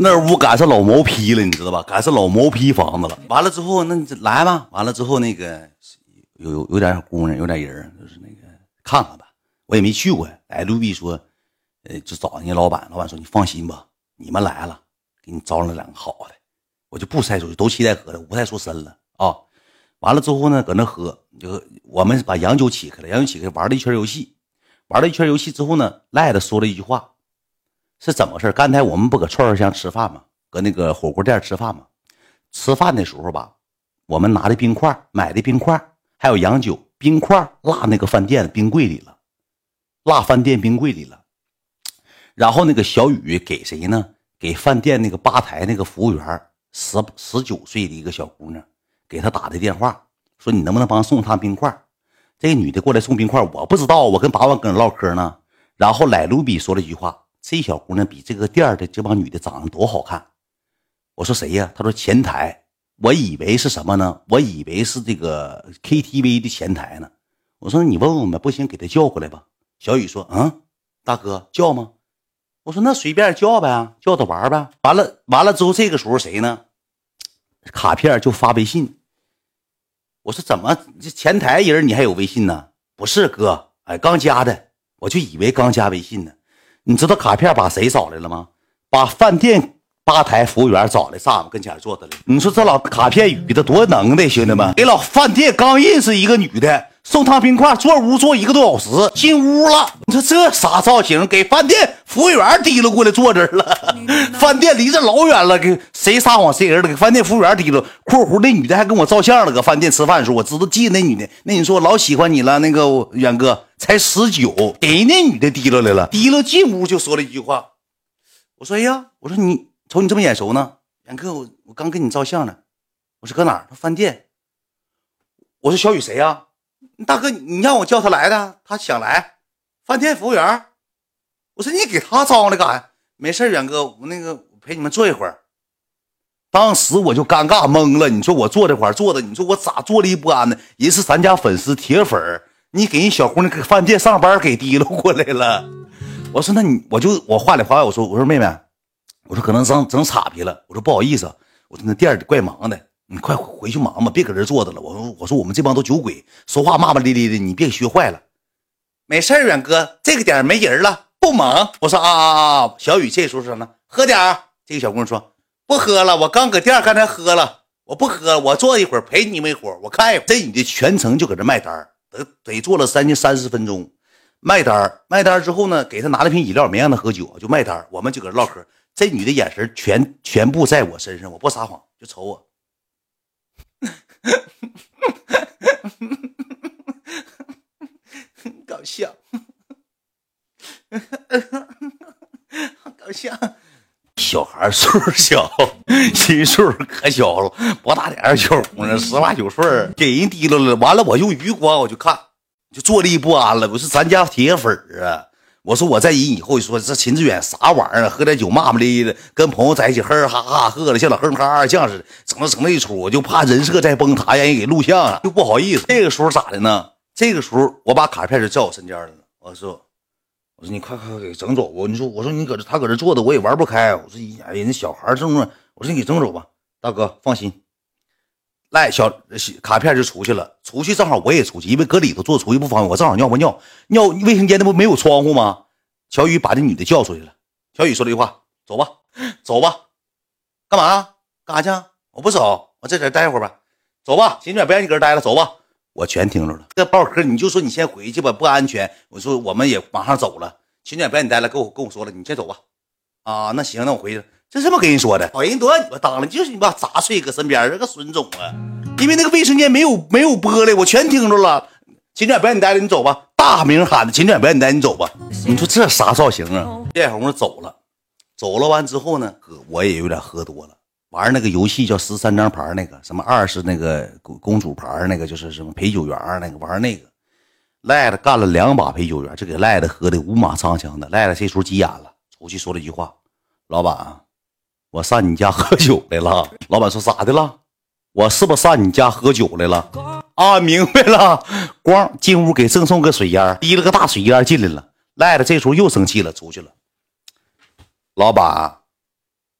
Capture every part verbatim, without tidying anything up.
那屋赶上老毛坯了，你知道吧？赶上老毛坯房子了。完了之后，那你来吧。完了之后，那个有有有点小姑娘，有点人，就是那个看看吧。我也没去过。哎，卢比说，呃，就找人家老板，老板说你放心吧，你们来了，给你招了两个好的。我就不再说，都期待喝了，我不太说深了啊。完了之后呢，搁那喝，就我们把洋酒起开了，洋酒起开玩了一圈游戏，玩了一圈游戏之后呢，赖的说了一句话。是怎么回事？刚才我们不搁串串香吃饭吗？搁那个火锅店吃饭吗？吃饭的时候吧，我们拿的冰块，买的冰块，还有洋酒，冰块落那个饭店冰柜里了，落饭店冰柜里了。然后那个小雨给谁呢？给饭店那个吧台那个服务员，十十九岁的一个小姑娘，给她打的电话，说你能不能帮送她冰块？这个女的过来送冰块，我不知道，我跟八万跟人唠嗑呢。然后莱卢比说了一句话。这小姑娘比这个店的这帮女的长得多好看。我说谁呀？她说前台。我以为是什么呢？我以为是这个 K T V 的前台呢。我说你问问吧，不行给她叫过来吧。小雨说嗯，大哥叫吗？我说那随便叫呗，叫她玩呗。完了完了之后，这个时候谁呢？卡片就发微信。我说怎么这前台人你还有微信呢？不是哥，哎，刚加的，我就以为刚加微信呢。你知道卡片把谁找来了吗？把饭店吧台服务员找来，上我们跟前坐的了。你说这老卡片语的多能耐，兄弟们！给老饭店刚认识一个女的，送趟冰块，坐屋坐一个多小时，进屋了。你说这啥造型？给饭店服务员提了过来坐这儿了。饭店离这老远了，给谁撒谎谁人了？给饭店服务员提了。括弧那女的还跟我照相了，搁饭店吃饭的时候，我知道记得那女的。那你说我老喜欢你了，那个远哥。才十九，给那女的提溜来了，提溜进屋就说了一句话。我说哎呀，我说你瞅你这么眼熟呢，远哥，我我刚跟你照相呢。我说搁哪儿？他饭店。我说小雨谁呀？大哥，你让我叫他来的，他想来。饭店服务员。我说你给他招来干啥？没事，远哥，我那个陪你们坐一会儿。当时我就尴尬懵了，你说我坐这块坐的，你说我咋坐立不安呢？人是咱家粉丝铁粉儿。你给人小姑娘给饭店上班给提溜过来了。我说那你我就我话里话外我说我说妹妹，我说可能整整岔皮了，我说不好意思，我说那店里怪忙的，你快回去忙吧，别搁这坐着了。我说我说我们这帮都酒鬼，说话骂骂咧咧的，你别学坏了。没事儿，远哥，这个点没人了，不忙。我说啊啊啊！小雨这时候说呢，喝点儿。这个小姑娘说不喝了，我刚搁店刚才喝了，我不喝，我坐一会儿陪你们一会儿，我看一会儿。这女的全程就搁这卖单。得得做了三近三十分钟，卖单卖单之后呢，给他拿了瓶饮料，没让他喝酒，就卖单。我们就搁这唠嗑，这女的眼神全全部在我身上，我不撒谎，就瞅我，搞笑，搞笑。小孩岁数小，心数可小了，不大点小姑娘，十八九岁给人提溜了。完了，我用余光我就看，就坐立不安了。我是咱家铁粉啊！我说我在人以后说这秦志远啥玩意儿，喝点酒骂骂咧咧的，跟朋友在一起呵哈哈喝了，像老哼哈二将似的，整那整那一出，我就怕人设再崩塌，让人给录像啊，就不好意思。这个时候咋的呢？这个时候我把卡片就叫我身边来了，我说。我说你快快给整走吧！你说我说你搁这他搁这坐的我也玩不开。我说哎呀那小孩这么，我说你给整走吧，大哥放心。来小卡片就出去了，出去正好我也出去，因为搁里头坐出去不方便，我正好尿不尿尿卫生间那不没有窗户吗？小雨把这女的叫出去了。小雨说了一句话：走吧，走吧。干嘛？干啥去？我不走，我在这待会儿吧。走吧，秦远不让你搁这待了，走吧。我全听着了，这唠嗑你就说你先回去吧，不安全。我说我们也马上走了，秦远不让你待了，跟我跟我说了，你先走吧。啊，那行，那我回去。这这么跟人说的，好人多，我当了就是你把砸碎搁身边这个损种啊！因为那个卫生间没有没有玻璃，我全听着了。秦远不让你待了，你走吧。大名喊的，秦远不让你待，你走吧。你说这啥造型啊？这会儿走了，走了完之后呢，我也有点喝多了。玩那个游戏叫十三张牌，那个什么二是那个公主牌，那个就是什么陪酒员那个玩那个，赖的干了两把陪酒员，这给赖的喝的五马长枪的，赖的这时候急眼了，出去说了一句话：老板，我上你家喝酒来了。老板说咋的了？我是不是上你家喝酒来了？啊，明白了。光进屋给赠送个水烟，提了个大水烟进来了。赖的这时候又生气了，出去了。老板。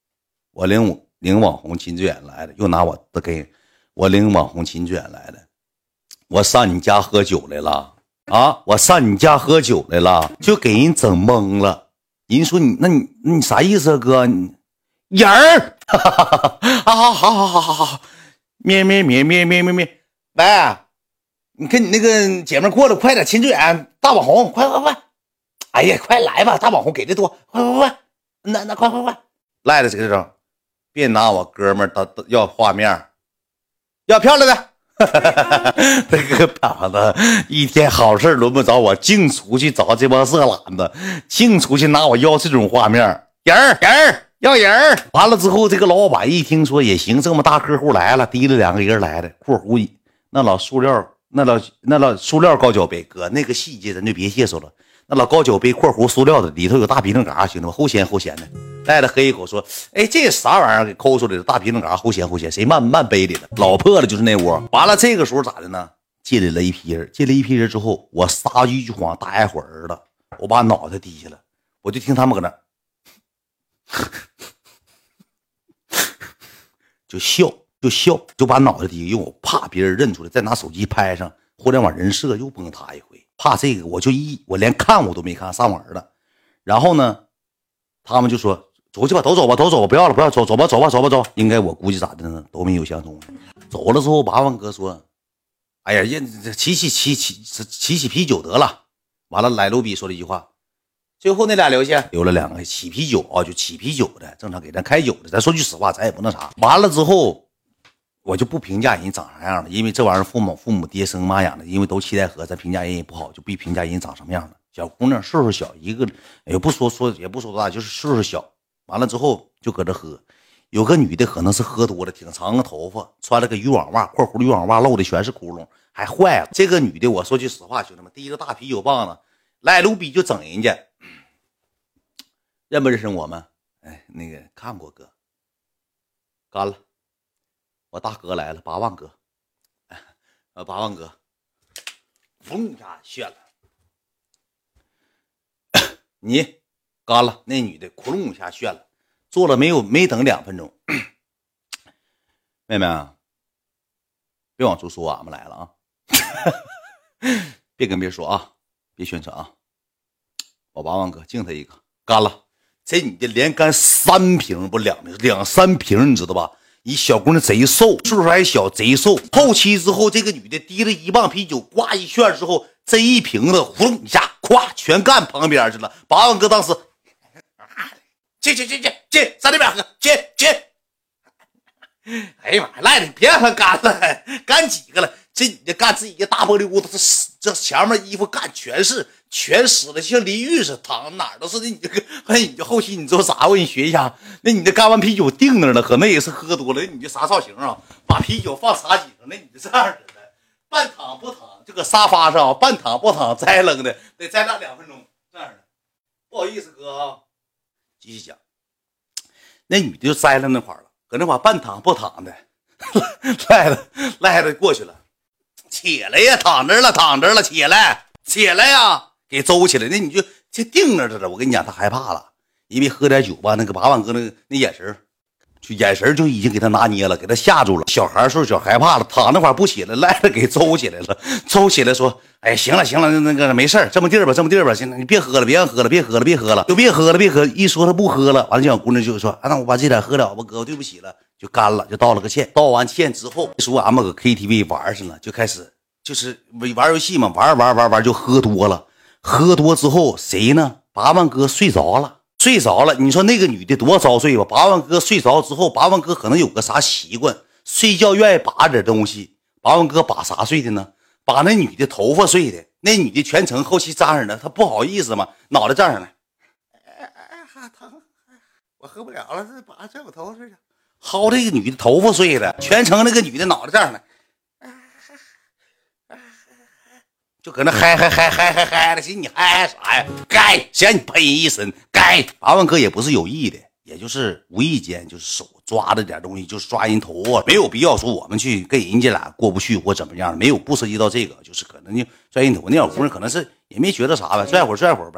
我领领网红秦志远来的，又拿我的给我领网红秦志远来的，我上你家喝酒来了啊！我上你家喝酒来了，就给人整懵了。人说你那你那你啥意思啊哥？你人儿啊，好好好好好好，咩咩咩咩咩咩咩，来，你跟你那个姐妹过来，快点，秦志远大网红，快快快！哎呀，快来吧，大网红给的多，快快快！那那快快快！赖的这个整，别拿我哥们儿当要画面，要漂亮的。这个粑子一天好事轮不着我，净出去找这帮色懒子，净出去拿我要这种画面，人儿人儿要人儿。完了之后，这个老板一听说也行，这么大客户来了，提了两个人来的，括弧那老塑料，那老那老塑料高脚杯，哥那个细节咱就别介绍了。那老高脚杯括弧塑料的，里头有大皮棱嘎，兄弟们齁咸齁咸的。带着喝一口说：“哎，这啥玩意儿？给抠出来的大皮棱嘎，齁咸齁咸，谁慢慢杯里了？老破了就是那窝。完了，这个时候咋的呢？进来了一批人，进来一批人之后，我撒一句谎，大家伙儿了，我把脑袋低下了，我就听他们搁那就笑，就笑，就把脑袋低，因为我怕别人认出来，再拿手机拍上，互联网人设又崩塌一回。怕这个，我就一我连看我都没看，上网了。然后呢，他们就说。”走去吧，都走吧，都走吧，不要了，不要走，走吧，走吧，走吧，走。应该我估计咋的呢，都没有相中。走了之后，八万哥说：“哎呀，起起起起起起啤酒得了。”完了，来路比说了一句话：“最后那俩留下，留了两个起啤酒啊，就起啤酒的，正常给咱开酒的。咱说句实话，咱也不那啥。完了之后，我就不评价人长啥样了，因为这玩意儿父母父母爹生妈养的，因为都期待和咱评价人也不好，就不评价人长什么样了。小姑娘岁数小，一个也不说说也不说多大，就是岁数小。”完了之后就搁这喝，有个女的可能是喝多了，挺长个头发，穿了个渔网袜，括弧渔网袜露的全是窟窿，还坏了。这个女的，我说句实话，兄弟们，第一个大啤酒棒子，来卢比就整人家，认不认识我们？哎，那个看过哥，干了，我大哥来了，八万哥，呃，八万哥，嗡一下炫了，你。干了，那女的窟窿一下炫了，做了没有没等两分钟。妹妹啊，别往出说，俺们来了啊！别跟别说啊，别宣传啊！我八万哥敬他一个，干了。这女的连干三瓶不两瓶两三瓶，你知道吧？一小姑娘贼瘦，岁数还小，贼瘦。后期之后，这个女的提了一磅啤酒，刮一炫之后，这一瓶子呼隆一下，咵全干旁边去了。八万哥当时。去去去去去，上那边喝，去去！哎呀妈，赖的，别让他干了，干几个了？这你这干自己一个大玻璃屋子，这这前面衣服干全是全湿了，像淋浴似的，躺哪儿都是。那你这个，哎，你这后期你做啥？我给你学一下。那你这干完啤酒定那儿了，可能也是喝多了。你这啥造型啊？把啤酒放茶几上，那你就这样式的，半躺不躺，这个沙发上半躺不躺，栽扔的，得栽那两分钟，这样的。不好意思，哥啊。继续讲，那女的就栽了那块了，搁那块半躺不躺的，赖了赖了过去了，起来呀，躺着了，躺着了，起来起来呀，给周起来，那你就就定着了。我跟你讲，他害怕了，因为喝点酒吧，那个八万哥那个那眼神，就眼神就已经给他拿捏了，给他吓住了。小孩岁数小，害怕了，躺那块不起来，赖了给周起来了，周起来说。哎，行了行了，那个没事这么地儿吧，这么地儿吧，行了，你别喝了，别让喝了，别喝了，别喝了，就别喝了，别喝。一说他不喝了，完了，小姑娘就说：“啊，那我把这点喝了吧，哥，对不起了。”就干了，就道了个歉。道完歉之后，说俺们搁 K T V 玩去了，就开始就是玩游戏嘛，玩玩玩玩就喝多了。喝多之后，谁呢？八万哥睡着了，睡着了。你说那个女的多遭罪吧？八万哥睡着之后，八万哥可能有个啥习惯，睡觉愿意把点东西。八万哥把啥睡的呢？把那女的头发睡的，那女的全程后期扎上了，她不好意思嘛，脑袋站上来，哎哎疼，我喝不了了，这把这我头发睡的，薅这个女的头发睡的，全程那个女的脑袋站上来，就搁那嗨嗨嗨嗨嗨嗨的，寻你嗨嗨啥呀？该嫌你喷一身，该八万哥也不是有意的，也就是无意间就是手抓着点东西，就是抓人头啊，没有必要说我们去跟人家俩过不去或怎么样，没有不涉及到这个，就是可能就拽人头。那小姑娘可能是也没觉得啥呗，拽会儿拽会儿呗，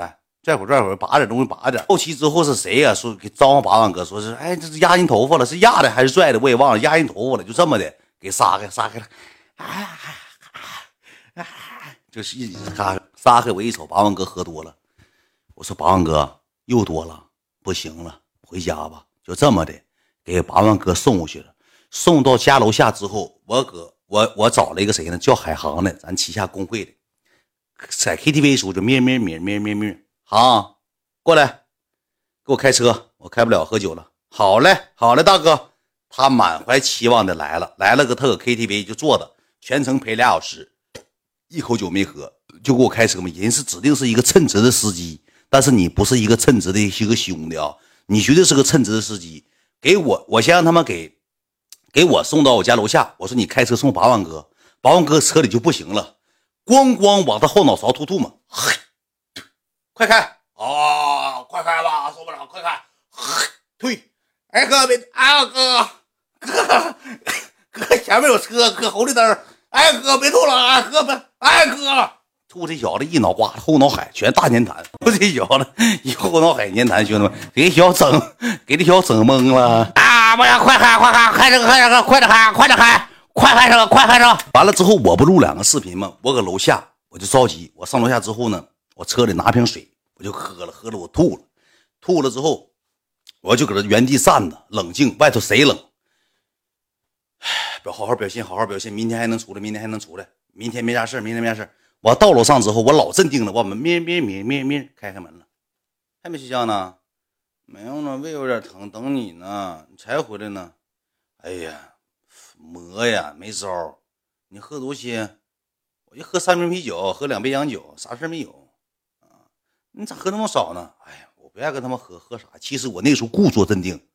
拽会拽会，拔点东西拔点。后期之后是谁呀、啊？说给招呼八万哥，说是哎，这是压人头发了，是压的还是拽的？我也忘了，压人头发了，就这么的给撒开，撒开了，哎哎哎，就是一直撒撒开。我一瞅，八万哥喝多了，我说八万哥又多了，不行了，回家吧。就这么的给八万哥送过去了。送到家楼下之后，我搁我我找了一个谁呢？叫海航的，咱旗下工会的，在 K T V 时候就咩咩咩咩咩咩。好，过来，给我开车，我开不了，喝酒了。好嘞，好嘞，大哥。他满怀期望的来了，来了个他搁 K T V 就坐着，全程陪俩小时，一口酒没喝，就给我开车嘛。人是指定是一个称职的司机，但是你不是一个称职的一个兄弟啊，你绝对是个称职的司机。给我，我先让他们给给我送到我家楼下。我说你开车送八万哥，八万哥车里就不行了，咣咣往他后脑勺吐吐嘛。快开哦，快开吧，受不了，快开！退，哎哥别，哎哥，哥哥前面有车，哥红绿灯，哎哥别吐了，哎哥别，哎哥，吐这小子一脑瓜后脑海全大粘痰，吐这小子一后脑海粘痰，兄弟们给小整，给这小整懵了啊！我要快开，快开，开这个，开这个，快点开，快点开，快开这个，快开这个。完了之后，我不录两个视频吗？我搁楼下，我就着急，我上楼下之后呢。我车里拿瓶水，我就喝了，喝了我吐了，吐了之后，我就搁这原地站着，冷静。外头谁冷？表好好表现，好好表现，明天还能出来，明天还能出来，明天没啥事，明天没啥事。我到楼上之后，我老镇定了，我们咩咩咩咩咩开开门了，还没睡觉呢？没有呢，胃有点疼，等你呢，你才回来呢。哎呀，磨呀，没招，你喝多些。我就喝三瓶啤酒，喝两杯洋酒，啥事没有啊？你咋喝那么少呢？哎呀，我不爱跟他们喝，喝啥？其实我那时候故作镇定，